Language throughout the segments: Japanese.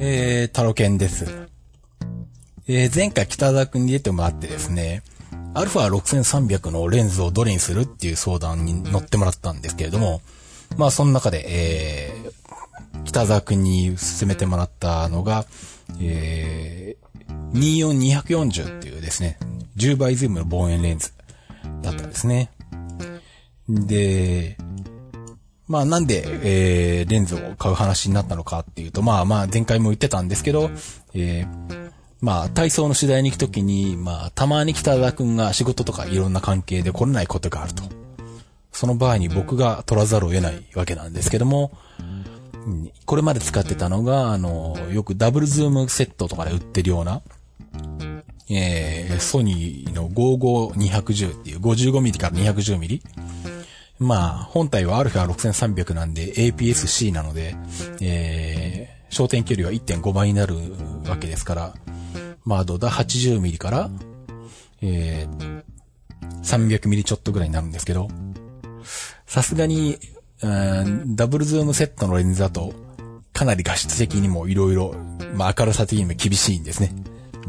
タロケンです。前回北田くんに出てもらってですね、α6300 のレンズをどれにするっていう相談に乗ってもらったんですけれども、まあその中で、北沢くんに勧めてもらったのが、24240っていうですね、10倍ズームの望遠レンズだったんですね。で、まあなんで、レンズを買う話になったのかっていうと、まあ前回も言ってたんですけど、まあ体操の取材に行くときに、まあたまに北田くんが仕事とかいろんな関係で来れないことがあると。その場合に僕が取らざるを得ないわけなんですけども、これまで使ってたのが、よくダブルズームセットとかで売ってるような、ソニーの 55-210 っていう 55mm から 210mm。まあ、本体は α6300 なんで APS-C なので、焦点距離は 1.5 倍になるわけですから、まあ、どうだ、80mm から、300mm ちょっとぐらいになるんですけど、さすがに、ダブルズームセットのレンズだと、かなり画質的にもいろいろ、まあ明るさ的にも厳しいんですね。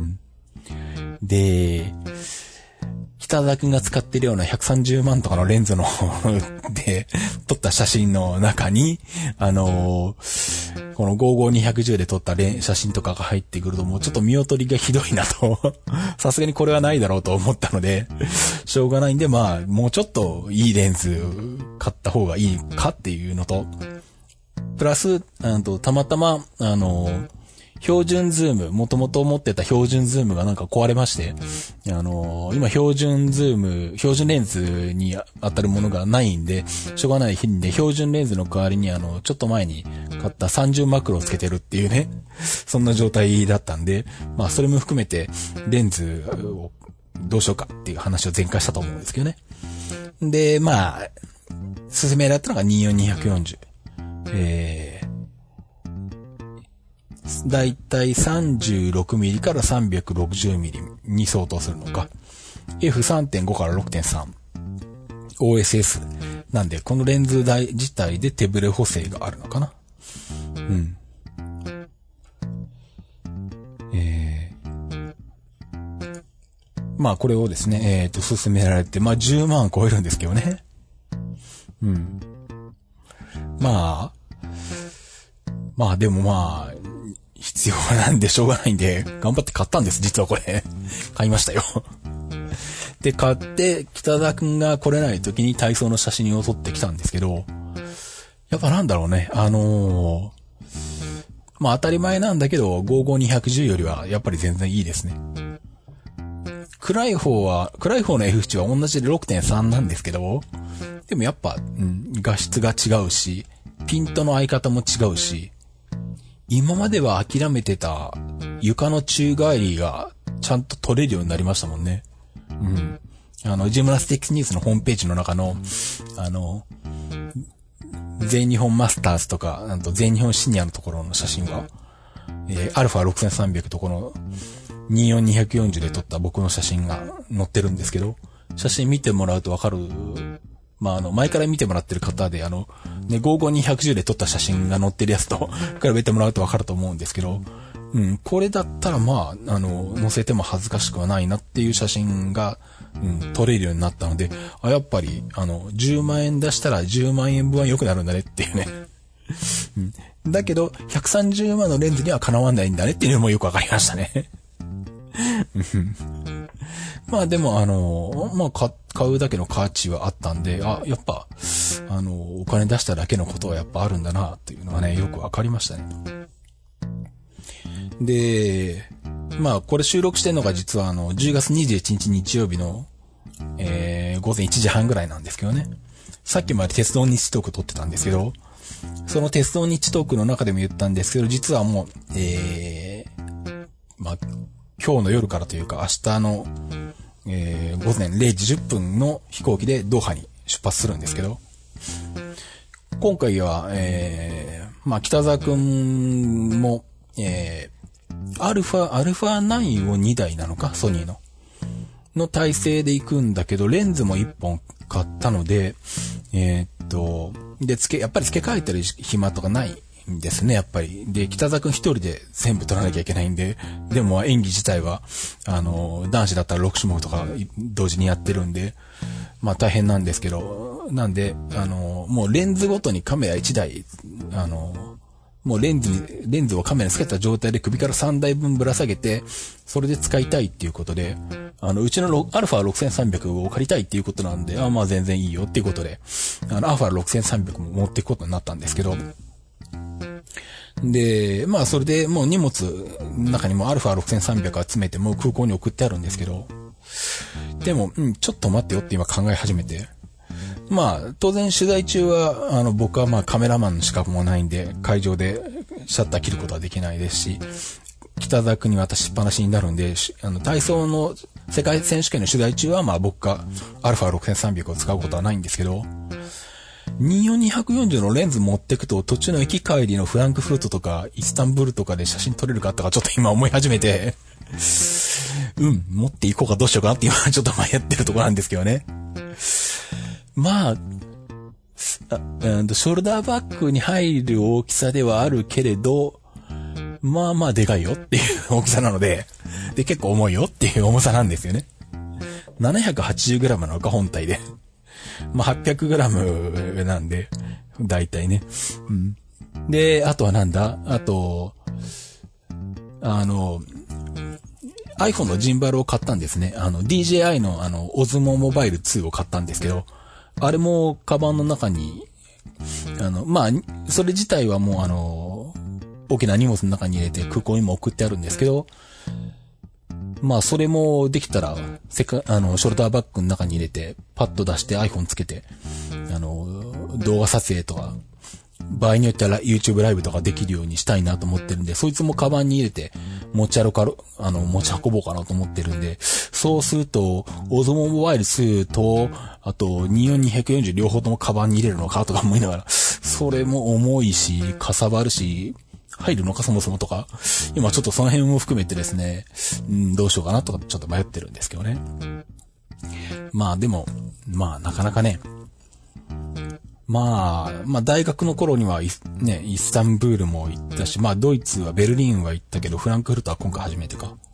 で、北田くんが使ってるような130万とかのレンズので撮った写真の中に、この55-210で撮った写真とかが入ってくるともうちょっと見劣りがひどいなと、さすがにこれはないだろうと思ったので、しょうがないんでまあもうちょっといいレンズ買った方がいいかっていうのと、プラス、たまたま、標準ズーム、もともと持ってた標準ズームがなんか壊れまして、今標準レンズに当たるものがないんで、しょうがない日にね、標準レンズの代わりにちょっと前に買った30マクロをつけてるっていうね、そんな状態だったんで、まあそれも含めてレンズをどうしようかっていう話を前回したと思うんですけどね。で、まあ、勧められたのが24240。だいたい 36mm から 360mm に相当するのか。F3.5 から 6.3。OSS。なんで、このレンズ自体で手ブレ補正があるのかな。まあ、これをですね、勧められて、まあ、10万超えるんですけどね。まあ、でもまあ、必要なんでしょうがないんで、頑張って買ったんです、実はこれ。買いましたよ。で、買って、北田くんが来れない時に体操の写真を撮ってきたんですけど、やっぱなんだろうね、まあ当たり前なんだけど、55-210よりはやっぱり全然いいですね。暗い方の F 値は同じで 6.3 なんですけど、でもやっぱ、画質が違うし、ピントの合い方も違うし、今までは諦めてた床の宙返りがちゃんと撮れるようになりましたもんね。ジムナスティックスニュースのホームページの中の、全日本マスターズとか、全日本シニアのところの写真は、α6300 とこの24240で撮った僕の写真が載ってるんですけど、写真見てもらうとわかる。まあ、前から見てもらってる方で、55-210で撮った写真が載ってるやつと比べてもらうとわかると思うんですけど、これだったらまあ、載せても恥ずかしくはないなっていう写真が、撮れるようになったので、やっぱり、10万円出したら10万円分は良くなるんだねっていうね。だけど、130万のレンズにはかなわないんだねっていうのもよくわかりましたね。まあでもまあ買うだけの価値はあったんで、やっぱ、お金出しただけのことはやっぱあるんだなっていうのがね、よくわかりましたね。で、まあこれ収録してるのが実は10月21日日曜日の、午前1時半ぐらいなんですけどね。さっきまで鉄道日トーク撮ってたんですけど、その鉄道日トークの中でも言ったんですけど、実はもう、まあ、今日の夜からというか明日の、午前0時10分の飛行機でドーハに出発するんですけど、今回は、まあ、北沢くんも、アルファ9を2台なのか、ソニーの体制で行くんだけど、レンズも1本買ったので、で、やっぱり付け替えてる暇とかないんですね、やっぱり。で、北澤くん一人で全部取らなきゃいけないんで、でも演技自体は、男子だったら6種目とか同時にやってるんで、まあ大変なんですけど、なんで、もうレンズごとにカメラ1台、もうレンズをカメラにつけた状態で首から3台分ぶら下げて、それで使いたいっていうことで、うちのアルファ6300を借りたいっていうことなんで、まあ全然いいよっていうことで、アルファ6300も持っていくことになったんですけど、で、まあそれでもう荷物の中にもアルファ6300集めてもう空港に送ってあるんですけど、でも、ちょっと待ってよって今考え始めて、まあ、当然取材中は、僕はまあカメラマンの資格もないんで、会場でシャッター切ることはできないですし、北澤くんに渡しっぱなしになるんで、体操の世界選手権の取材中はまあ僕がアルファ6300を使うことはないんですけど、24240のレンズ持ってくと途中の行き帰りのフランクフルトとかイスタンブールとかで写真撮れるかとかちょっと今思い始めて、持っていこうかどうしようかなって今ちょっと迷ってるところなんですけどね。まあ、ショルダーバッグに入る大きさではあるけれど、まあまあでかいよっていう大きさなので、で結構重いよっていう重さなんですよね。780g なのか本体で。まあ 800g なんで、だいたいね。で、あとはなんだ？あと、iPhone のジンバルを買ったんですね。DJI のOsmo Mobile 2を買ったんですけど、あれもカバンの中に、まあ、それ自体はもう大きな荷物の中に入れて空港にも送ってあるんですけど、まあそれもできたら、ショルダーバッグの中に入れて、パッと出して iPhone つけて、動画撮影とか、場合によっては YouTube ライブとかできるようにしたいなと思ってるんで、そいつもカバンに入れて持ち運ぼうかなと思ってるんで、そうすると、Osmo Mobile 2と、あと24240両方ともカバンに入れるのかとか思いながら、それも重いし、かさばるし、入るのかそもそもとか、今ちょっとその辺も含めてですね、どうしようかなとかちょっと迷ってるんですけどね。まあでも、まあなかなかね、まあ大学の頃にはね、イスタンブールも行ったし、まあドイツはベルリンは行ったけど、フランクフルトは今回初めてか。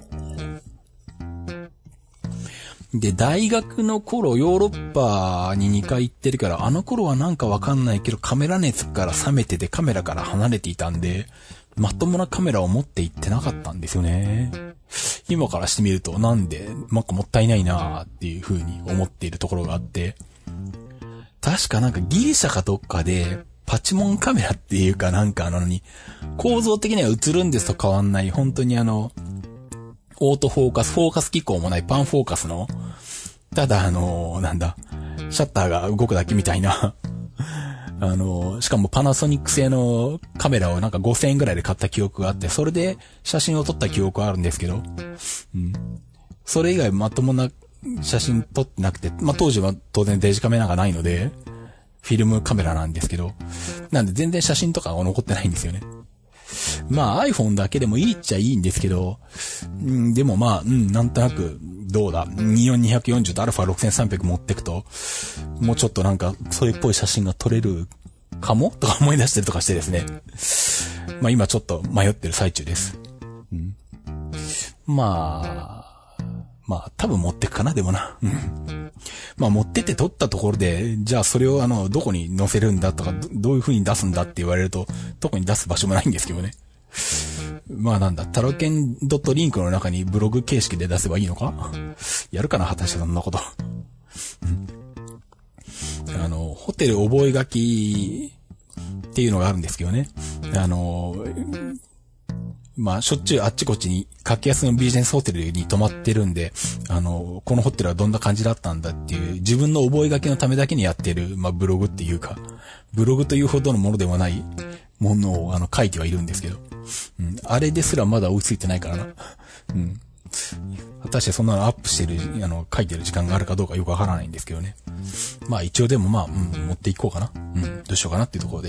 で、大学の頃ヨーロッパに2回行ってるから、あの頃はなんかわかんないけど、カメラ熱から冷めててカメラから離れていたんで、まともなカメラを持って行ってなかったんですよね。今からしてみると、なんかもったいないなーっていう風に思っているところがあって、確かなんかギリシャかどっかで、パチモンカメラっていうかなんか構造的には映るんですと変わんない、本当にオートフォーカス機構もないパンフォーカスの、ただシャッターが動くだけみたいな、しかもパナソニック製のカメラをなんか5000円ぐらいで買った記憶があって、それで写真を撮った記憶はあるんですけど、それ以外まともな写真撮ってなくて、まあ、当時は当然デジカメなんかないので、フィルムカメラなんですけど、なんで全然写真とかは残ってないんですよね。まあ iPhone だけでもいいっちゃいいんですけど、でもまあ、なんとなく、どうだ、24240と α6300 持ってくと、もうちょっとなんか、それっぽい写真が撮れるかもとか思い出したりとかしてですね。まあ今ちょっと迷ってる最中です。まあ多分持ってくかな、でもな。まあ持ってって撮ったところで、じゃあそれをどこに載せるんだとか、どういう風に出すんだって言われると、どこに出す場所もないんですけどね。まあなんだ、タロケン.リンクの中にブログ形式で出せばいいのか？やるかな、果たしてそんなこと。ホテル覚書っていうのがあるんですけどね。まあ、しょっちゅうあっちこっちに、格安のビジネスホテルに泊まってるんで、このホテルはどんな感じだったんだっていう、自分の覚書のためだけにやってる、まあ、ブログっていうか、ブログというほどのものではないものを、書いてはいるんですけど、あれですらまだ追いついてないからな。果たしてそんなのアップしてる、書いてる時間があるかどうかよくわからないんですけどね。まあ、一応でもまあ、持っていこうかな。どうしようかなっていうところです。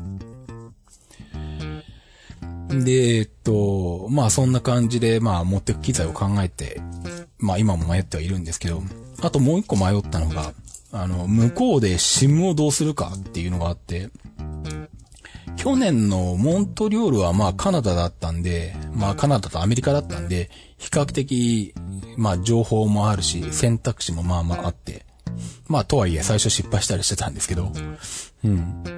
で、まあそんな感じで、まあ持ってく機材を考えて、まあ今も迷ってはいるんですけど、あともう一個迷ったのが、向こうで SIM をどうするかっていうのがあって、今去年のモントリオールはまあカナダだったんで、まあカナダとアメリカだったんで、比較的、まあ情報もあるし、選択肢もまあまああって、まあとはいえ最初失敗したりしてたんですけど、うん。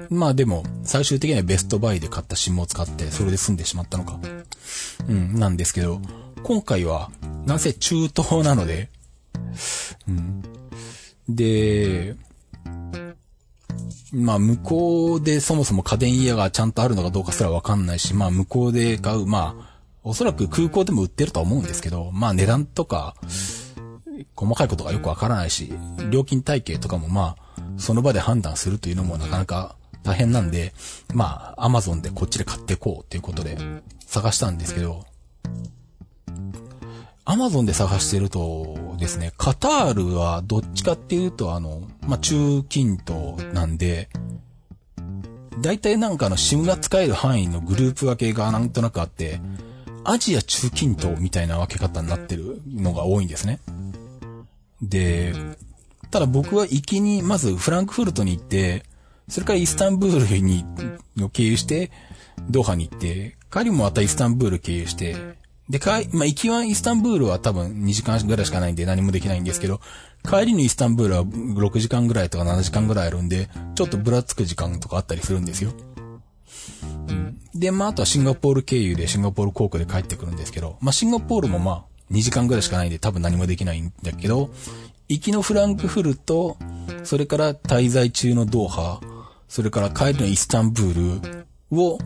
まあでも、最終的にはベストバイで買った SIM を使って、それで済んでしまったのか。うん、なんですけど、今回は、なんせ中東なので、うん。で、まあ向こうでそもそも家電屋がちゃんとあるのかどうかすらわかんないし、まあ向こうで買う、まあ、おそらく空港でも売ってるとは思うんですけど、まあ値段とか、細かいことがよくわからないし、料金体系とかもまあ、その場で判断するというのもなかなか大変なんで、まあ、Amazon でこっちで買っていこうということで探したんですけど、Amazon で探してるとですね、カタールはどっちかっていうとまあ、中近東なんで、だいたいなんかSIM が使える範囲のグループ分けがなんとなくあって、アジア中近東みたいな分け方になってるのが多いんですね。で、ただ僕は行きに、まずフランクフルトに行って、それからイスタンブールに、経由して、ドーハに行って、帰りもまたイスタンブール経由して、で、まあ、行きはイスタンブールは多分2時間ぐらいしかないんで何もできないんですけど、帰りのイスタンブールは6時間ぐらいとか7時間ぐらいあるんで、ちょっとぶらつく時間とかあったりするんですよ。うん、で、まあ、あとはシンガポール経由でシンガポール航空で帰ってくるんですけど、まあ、シンガポールもまあ、2時間ぐらいしかないんで多分何もできないんだけど、行きのフランクフルト、それから滞在中のドーハ、それから帰りのイスタンブールを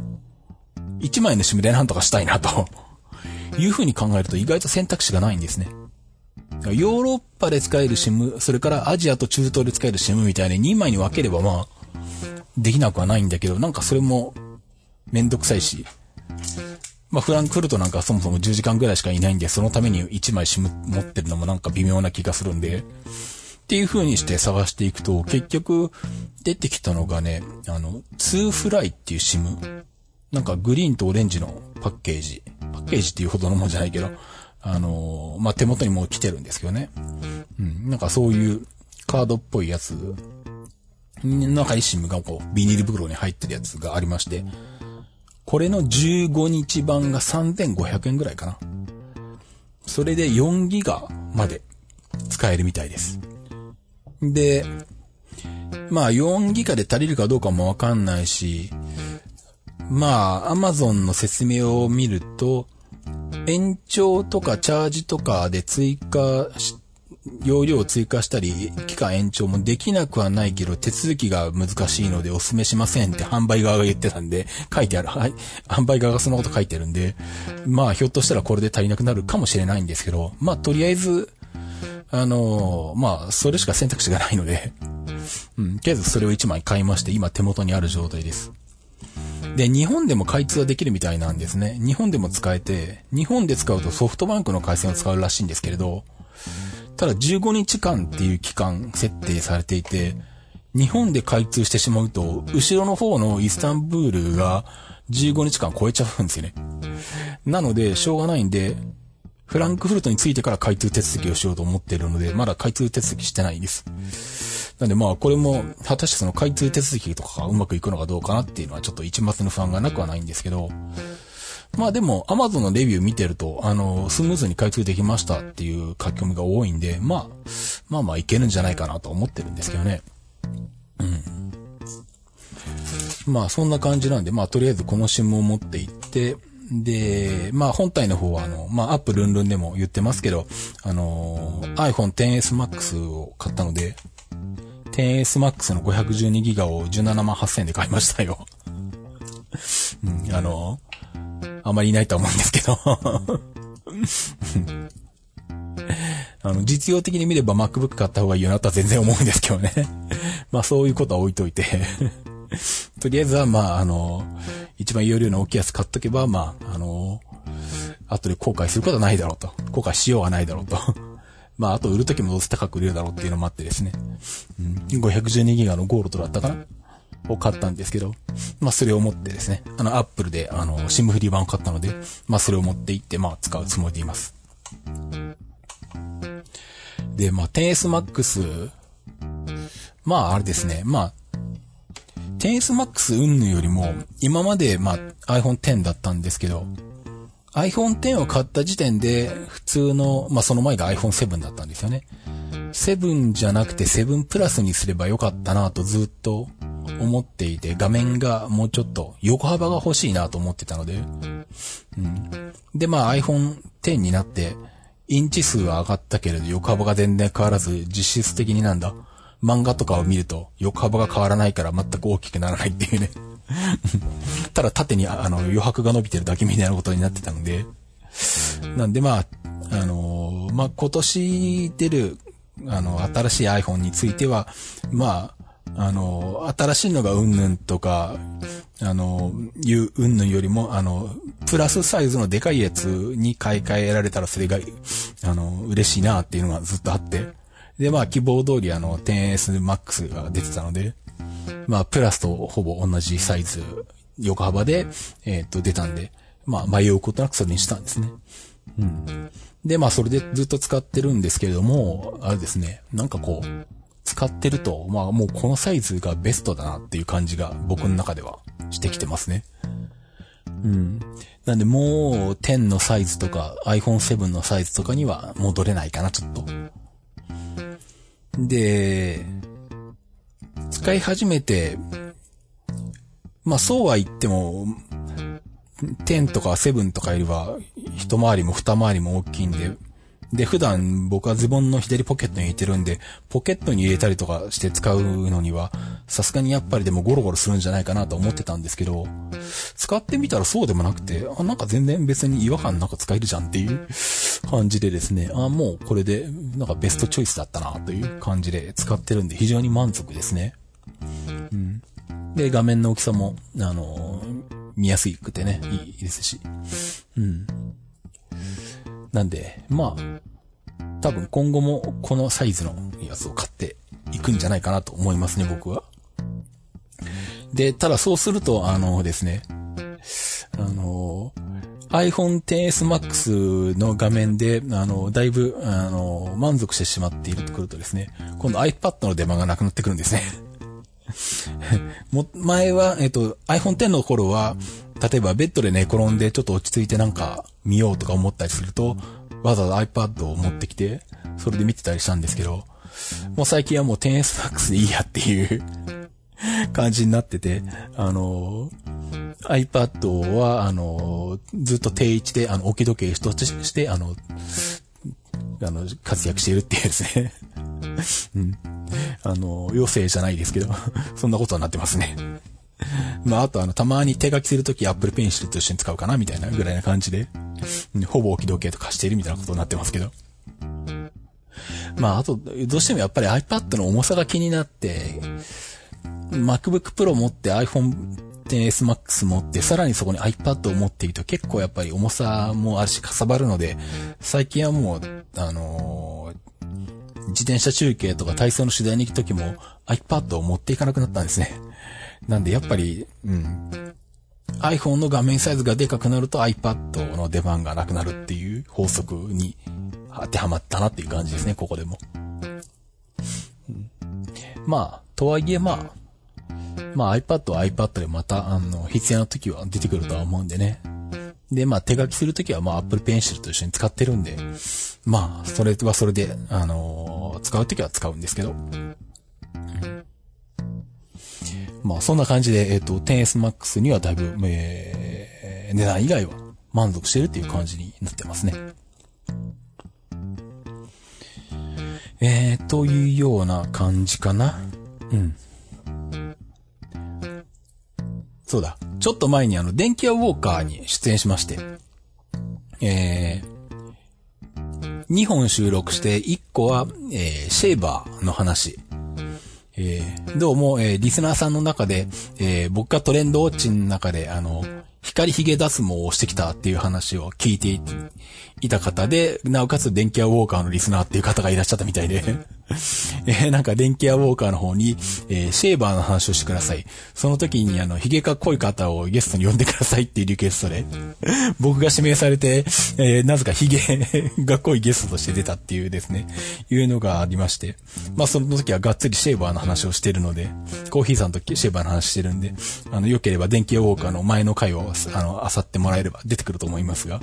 1枚のSIMでなんとかしたいなという風に考えると意外と選択肢がないんですね。ヨーロッパで使える SIM、それからアジアと中東で使える SIM みたいに2枚に分ければまあ、できなくはないんだけど、なんかそれもめんどくさいし、まあフランクフルトなんかそもそも10時間ぐらいしかいないんで、そのために1枚SIM持ってるのもなんか微妙な気がするんで、っていう風にして探していくと、結局出てきたのがね、2フライっていう SIM。なんかグリーンとオレンジのパッケージっていうほどのもんじゃないけど、まあ手元にもう来てるんですけどね。うん、なんかそういうカードっぽいやつ、中にSIMがこうビニール袋に入ってるやつがありまして、これの15日版が3500円ぐらいかな。それで4ギガまで使えるみたいです。で、まあ4ギガで足りるかどうかもわかんないし、まあ Amazon の説明を見ると、延長とかチャージとかで容量を追加したり、期間延長もできなくはないけど、手続きが難しいのでお勧めしませんって販売側が言ってたんで、書いてある。はい。販売側がそんなこと書いてるんで、まあひょっとしたらこれで足りなくなるかもしれないんですけど、まあとりあえず、まあそれしか選択肢がないので、とりあえずそれを1枚買いまして、今手元にある状態です。で、日本でも開通はできるみたいなんですね。日本でも使えて、日本で使うとソフトバンクの回線を使うらしいんですけれど、ただ15日間っていう期間設定されていて、日本で開通してしまうと、後ろの方のイスタンブールが15日間超えちゃうんですよね。なので、しょうがないんで、フランクフルトに着いてから開通手続きをしようと思っているので、まだ開通手続きしてないんです。なんでまあこれも果たしてその開通手続きとかがうまくいくのかどうかなっていうのはちょっと一抹の不安がなくはないんですけど、まあでも Amazon のレビュー見てるとスムーズに開通できましたっていう書き込みが多いんで、まあいけるんじゃないかなと思ってるんですけどね。うん。まあそんな感じなんで、まあとりあえずこのSIMを持っていって、で、まあ本体の方はまあアップルンルンでも言ってますけど、iPhone XS Max を買ったので、10S Max の512ギガを17万8000円で買いましたよ。うん、あんまりいないと思うんですけど。実用的に見れば MacBook 買った方がいいよなとは全然思うんですけどね。まあそういうことは置いといて。とりあえずはまあ一番容量の大きいやつ買っとけば、まあ後で後悔することはないだろうと。後悔しようがないだろうと。まあ、あと売るときもどうせ高く売れるだろうっていうのもあってですね。512ギガのゴールドだったかなを買ったんですけど、まあ、それを持ってですね、アップルで、SIM フリー版を買ったので、まあ、それを持って行って、まあ、使うつもりでいます。で、まあ、10S Max、まあ、あれですね、まあ、 10S Max 云々よりも、今までiPhone X だったんですけど、iPhone X を買った時点で、普通の、その前が iPhone 7だったんですよね。7じゃなくて7プラスにすればよかったなとずっと思っていて、画面がもうちょっと横幅が欲しいなと思ってたので、で、iPhone X になって、インチ数は上がったけれど横幅が全然変わらず、実質的に漫画とかを見ると横幅が変わらないから全く大きくならないっていうね。ただ縦に余白が伸びてるだけみたいなことになってたので、なんで今年出る新しい iPhone については新しいのがうんぬんとかいううんぬんよりもプラスサイズのでかいやつに買い替えられたらそれが嬉しいなっていうのがずっとあって、で希望通り10S Max が出てたので、プラスとほぼ同じサイズ、横幅で、出たんで、迷うことなくそれにしたんですね。で、それでずっと使ってるんですけれども、あれですね、使ってると、もうこのサイズがベストだなっていう感じが僕の中ではしてきてますね。なんでもう10のサイズとか iPhone 7のサイズとかには戻れないかな、ちょっと。で、使い始めて、そうは言っても、10とか7とかよりは、一回りも二回りも大きいんで、で、普段僕はズボンの左ポケットに入れてるんで、ポケットに入れたりとかして使うのには、さすがにやっぱりでもゴロゴロするんじゃないかなと思ってたんですけど、使ってみたらそうでもなくて、全然別に違和感なく使えるじゃんっていう感じでですね、もうこれでベストチョイスだったなという感じで使ってるんで非常に満足ですね。で、画面の大きさも、見やすくてね、いいですし。なんで、多分今後もこのサイズのやつを買っていくんじゃないかなと思いますね、僕は。で、ただそうすると、ですね、iPhone XS Max の画面で、だいぶ、満足してしまっているとくるとですね、今度 iPad の出番がなくなってくるんですね。前は、iPhone X の頃は、例えばベッドで寝転んでちょっと落ち着いて見ようとか思ったりすると、わざわざ iPad を持ってきて、それで見てたりしたんですけど、もう最近はもう 10S Max でいいやっていう感じになってて、iPad は、ずっと定位置で、置き時計一つして、活躍しているっていうですね。余生じゃないですけど、そんなことになってますね。あとたまに手書きするとき Apple Pencil と一緒に使うかなみたいなぐらいな感じで、ほぼ置き時計とかしているみたいなことになってますけど。あと、どうしてもやっぱり iPad の重さが気になって、MacBook Pro 持って iPhone XS Max 持って、さらにそこに iPad を持っていると結構やっぱり重さもあるしかさばるので、最近はもう、自転車中継とか体操の取材に行くときも iPad を持っていかなくなったんですね。なんでやっぱり、iPhone の画面サイズがでかくなると iPad の出番がなくなるっていう法則に当てはまったなっていう感じですね、ここでも。とはいえiPad は iPad でまた、必要な時は出てくるとは思うんでね。で、手書きするときはApple Pencil と一緒に使ってるんで、それはそれで、使うときは使うんですけど。そんな感じで、10S Max にはだいぶ、値段以外は満足してるっていう感じになってますね。というような感じかな。そうだ。ちょっと前に電気屋ウォーカーに出演しまして、2本収録して1個は、シェーバーの話。どうも、リスナーさんの中で、僕がトレンドウォッチの中で、光ひげ脱毛をしてきたっていう話を聞いていた方で、なおかつ電気屋ウォーカーのリスナーっていう方がいらっしゃったみたいで、 なんか電気屋ウォーカーの方に、シェーバーの話をしてください。その時に髭が濃い方をゲストに呼んでくださいっていうリクエストで、僕が指名されて、なぜか髭が濃いゲストとして出たっていうですね、いうのがありまして。まあその時はがっつりシェーバーの話をしてるので、コーヒーさんとシェーバーの話してるんで、良ければ電気屋ウォーカーの前の回を、漁ってもらえれば出てくると思いますが。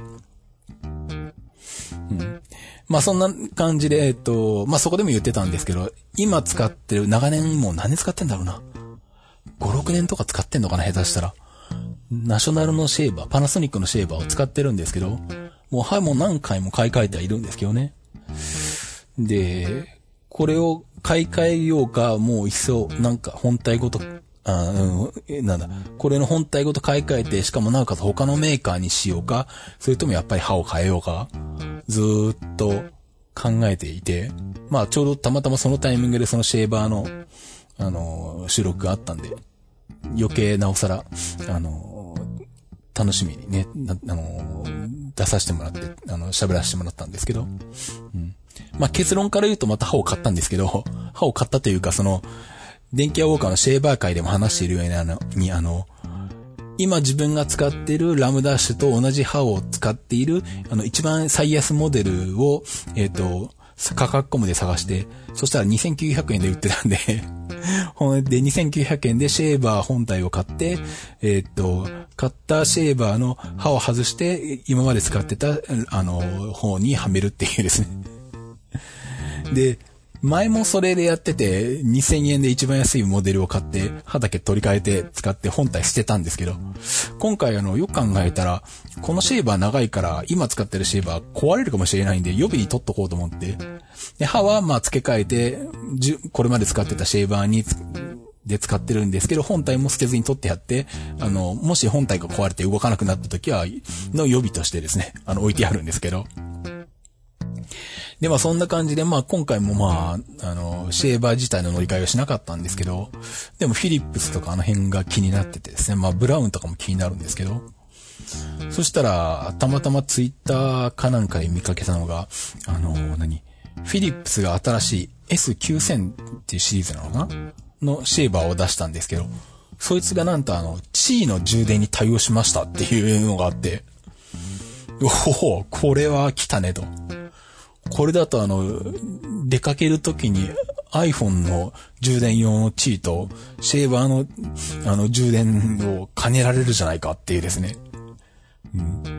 うん。まあそんな感じで、まあそこでも言ってたんですけど、今使ってる、長年もう何年使ってんだろうな。5、6年とか使ってんのかな、下手したら。ナショナルのシェーバー、パナソニックのシェーバーを使ってるんですけど、もう何回も買い替えてはいるんですけどね。で、これを買い替えようか、もう一層、なんか本体ごと、これの本体ごと買い替えて、しかもなおかつ他のメーカーにしようか、それともやっぱり刃を変えようか、ずーっと考えていて、まあちょうどたまたまそのタイミングでそのシェーバーの、収録があったんで、余計なおさら、楽しみにね、出させてもらって、喋らせてもらったんですけど、うん。まあ結論から言うとまた刃を買ったんですけど、刃を買ったというか電気屋ウォーカーのシェーバー界でも話しているように今自分が使っているラムダッシュと同じ刃を使っている、一番最安モデルを、価格コムで探して、そしたら2900円で売ってたんで、で、2900円でシェーバー本体を買って、買ったシェーバーの刃を外して、今まで使ってた、方にはめるっていうですね。で、前もそれでやってて、2000円で一番安いモデルを買って、刃だけ取り替えて使って本体捨てたんですけど、今回よく考えたら、このシェーバー長いから、今使ってるシェーバー壊れるかもしれないんで、予備に取っとこうと思って、で、刃はまあ付け替えて、これまで使ってたシェーバーで使ってるんですけど、本体も捨てずに取ってやって、もし本体が壊れて動かなくなった時は、の予備としてですね、置いてあるんですけど、で、まあそんな感じで、まあ今回もまあ、シェーバー自体の乗り換えはしなかったんですけど、でもフィリップスとか辺が気になっててですね、まあブラウンとかも気になるんですけど、そしたら、たまたまツイッターかなんかで見かけたのが、フィリップスが新しい S9000 っていうシリーズなのかなのシェーバーを出したんですけど、そいつがなんと地位の充電に対応しましたっていうのがあって、おお、これは来たねと。これだと出かけるときに iPhone の充電用のチーとシェーバーの充電を兼ねられるじゃないかっていうですね。うん。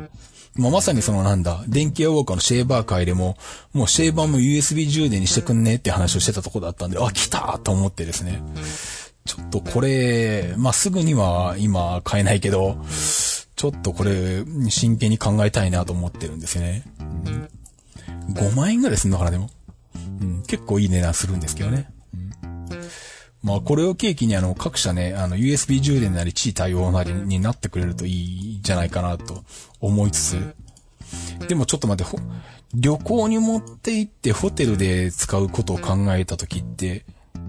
まあ、まさに電気屋ウォーカーのシェーバー界でも、もうシェーバーも USB 充電にしてくんねって話をしてたところだったんで、あ、来たーと思ってですね。ちょっとこれ、まあ、すぐには今買えないけど、ちょっとこれ真剣に考えたいなと思ってるんですよね。うん5万円ぐらいすんのかな、でも。うん、結構いい値段するんですけどね。うん、まあ、これを契機に各社ね、USB 充電なり、地位対応なりになってくれるといいんじゃないかなと思いつつ。でもちょっと待って、旅行に持って行ってホテルで使うことを考えたときって、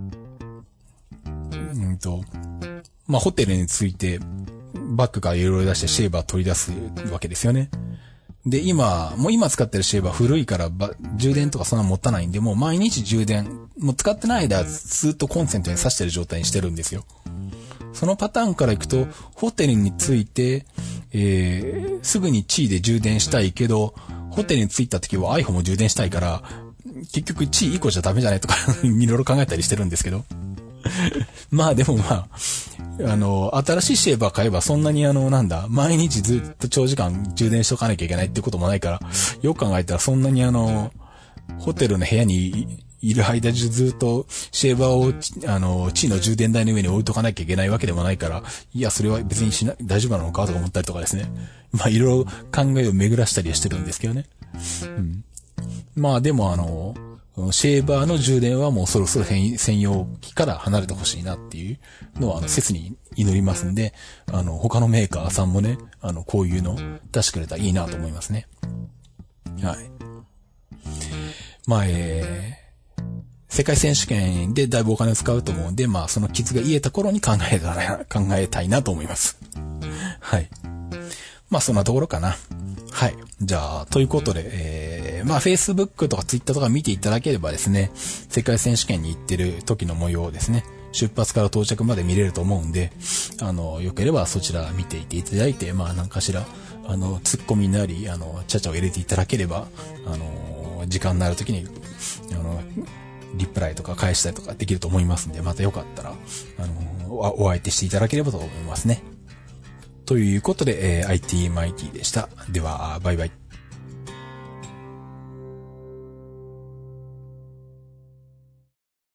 まあ、ホテルについて、バッグからいろいろ出してシェーバー取り出すわけですよね。で、今使ってるシェーバー古いから充電とかそんな持たないんで、もう毎日充電、もう使ってない間ずっとコンセントに挿してる状態にしてるんですよ。そのパターンからいくと、ホテルに着いて、すぐに地位で充電したいけど、ホテルに着いた時は iPhone も充電したいから、結局地位1個じゃダメじゃないとかいろいろ考えたりしてるんですけど。まあでもまあ、新しいシェーバー買えばそんなに毎日ずっと長時間充電しとかなきゃいけないってこともないから、よく考えたらそんなにホテルの部屋にいる間中ずっとシェーバーを地の充電台の上に置いとかなきゃいけないわけでもないから、いや、それは別に大丈夫なのかとか思ったりとかですね。まあいろいろ考えを巡らしたりはしてるんですけどね。うん。まあでもシェーバーの充電はもうそろそろ専用機から離れてほしいなっていうのは切に祈りますんで、他のメーカーさんもね、こういうの出してくれたらいいなと思いますね。はい。まあ、世界選手権でだいぶお金を使うと思うんで、まあその傷が癒えた頃に考えたいなと思います。はい。まあそんなところかな。はい。じゃあ、ということで、 まあ Facebook とか Twitter とか見ていただければですね、世界選手権に行ってる時の模様をですね、出発から到着まで見れると思うんで、よければそちら見ていていただいて、まあ何かしら、ツッコミなり、ちゃちゃを入れていただければ、時間になる時に、リプライとか返したりとかできると思いますんで、またよかったら、お相手していただければと思いますね。ということで、IT マイティでした。では、バイバイ。